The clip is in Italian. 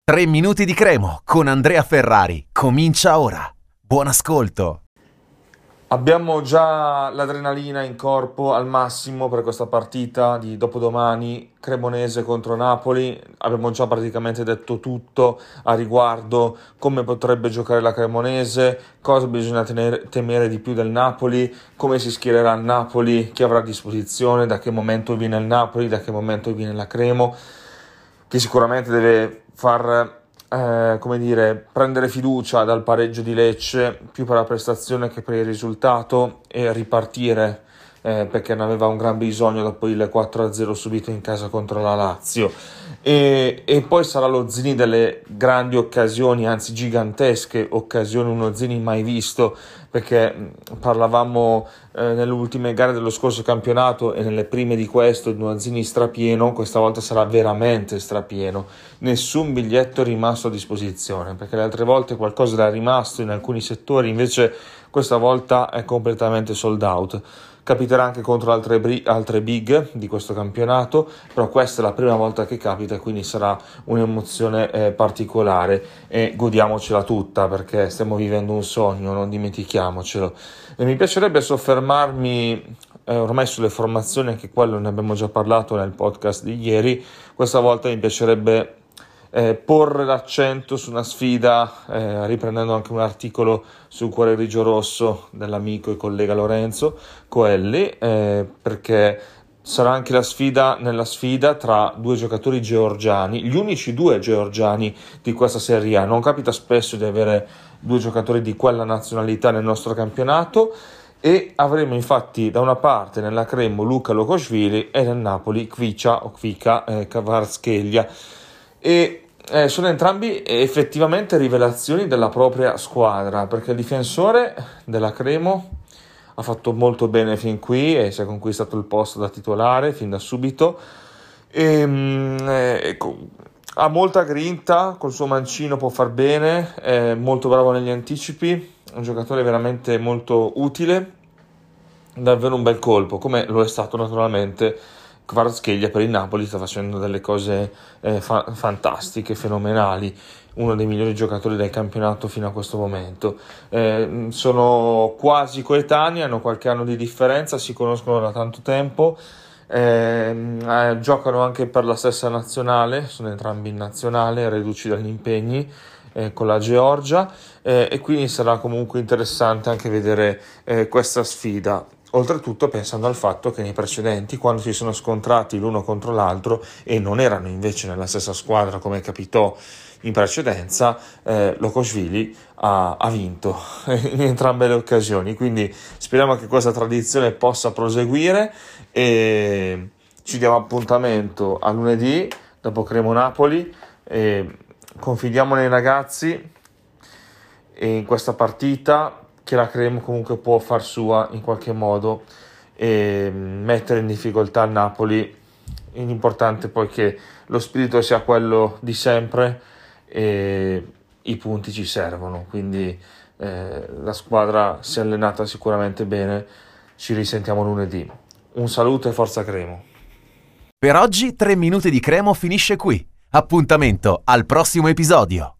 3 minuti di Cremo con Andrea Ferrari. Comincia ora. Buon ascolto. Abbiamo già l'adrenalina in corpo al massimo per questa partita di dopodomani cremonese contro Napoli. Abbiamo già praticamente detto tutto a riguardo, come potrebbe giocare la Cremonese, cosa bisogna temere di più del Napoli, come si schiererà il Napoli, chi avrà a disposizione, da che momento viene il Napoli, da che momento viene la Cremo, che sicuramente deve far prendere fiducia dal pareggio di Lecce, più per la prestazione che per il risultato, e ripartire perché ne aveva un gran bisogno dopo il 4-0 subito in casa contro la Lazio. E poi sarà lo Zini delle grandi occasioni, anzi gigantesche occasioni, uno Zini mai visto, perché parlavamo nelle ultime gare dello scorso campionato e nelle prime di questo di uno Zini strapieno. Questa volta sarà veramente strapieno, nessun biglietto è rimasto a disposizione, perché le altre volte qualcosa era rimasto in alcuni settori, invece questa volta è completamente sold out. Capiterà anche contro altre big di questo campionato, però questa è la prima volta che capita, quindi sarà un'emozione particolare e godiamocela tutta, perché stiamo vivendo un sogno, non dimentichiamocelo. E mi piacerebbe soffermarmi ormai sulle formazioni, anche quello ne abbiamo già parlato nel podcast di ieri. Questa volta mi piacerebbe porre l'accento su una sfida, riprendendo anche un articolo sul Cuore Grigio Rosso dell'amico e collega Lorenzo Coelli, perché sarà anche la sfida nella sfida tra due giocatori georgiani, gli unici due georgiani di questa Serie A. Non capita spesso di avere due giocatori di quella nazionalità nel nostro campionato, e avremo infatti da una parte nella Cremo Luka Lukashvili e nel Napoli Kvicha Kvaratskhelia. E sono entrambi effettivamente rivelazioni della propria squadra, perché il difensore della Cremo ha fatto molto bene fin qui e si è conquistato il posto da titolare fin da subito, ha molta grinta, col suo mancino può far bene, è molto bravo negli anticipi, un giocatore veramente molto utile, davvero un bel colpo, come lo è stato naturalmente Kvaratskhelia per il Napoli. Sta facendo delle cose fantastiche, fenomenali, uno dei migliori giocatori del campionato fino a questo momento. Sono quasi coetanei, hanno qualche anno di differenza, si conoscono da tanto tempo, giocano anche per la stessa nazionale, sono entrambi in nazionale, reduci dagli impegni con la Georgia, e quindi sarà comunque interessante anche vedere questa sfida. Oltretutto pensando al fatto che nei precedenti, quando si sono scontrati l'uno contro l'altro e non erano invece nella stessa squadra come capitò in precedenza, Lukashvili ha vinto in entrambe le occasioni. Quindi speriamo che questa tradizione possa proseguire e ci diamo appuntamento a lunedì dopo Cremo Napoli, e confidiamo nei ragazzi e in questa partita, che la Cremo comunque può far sua in qualche modo e mettere in difficoltà il Napoli. L'importante poi che lo spirito sia quello di sempre e i punti ci servono, quindi la squadra si è allenata sicuramente bene. Ci risentiamo lunedì. Un saluto e forza Cremo. Per oggi 3 minuti di Cremo finisce qui. Appuntamento al prossimo episodio.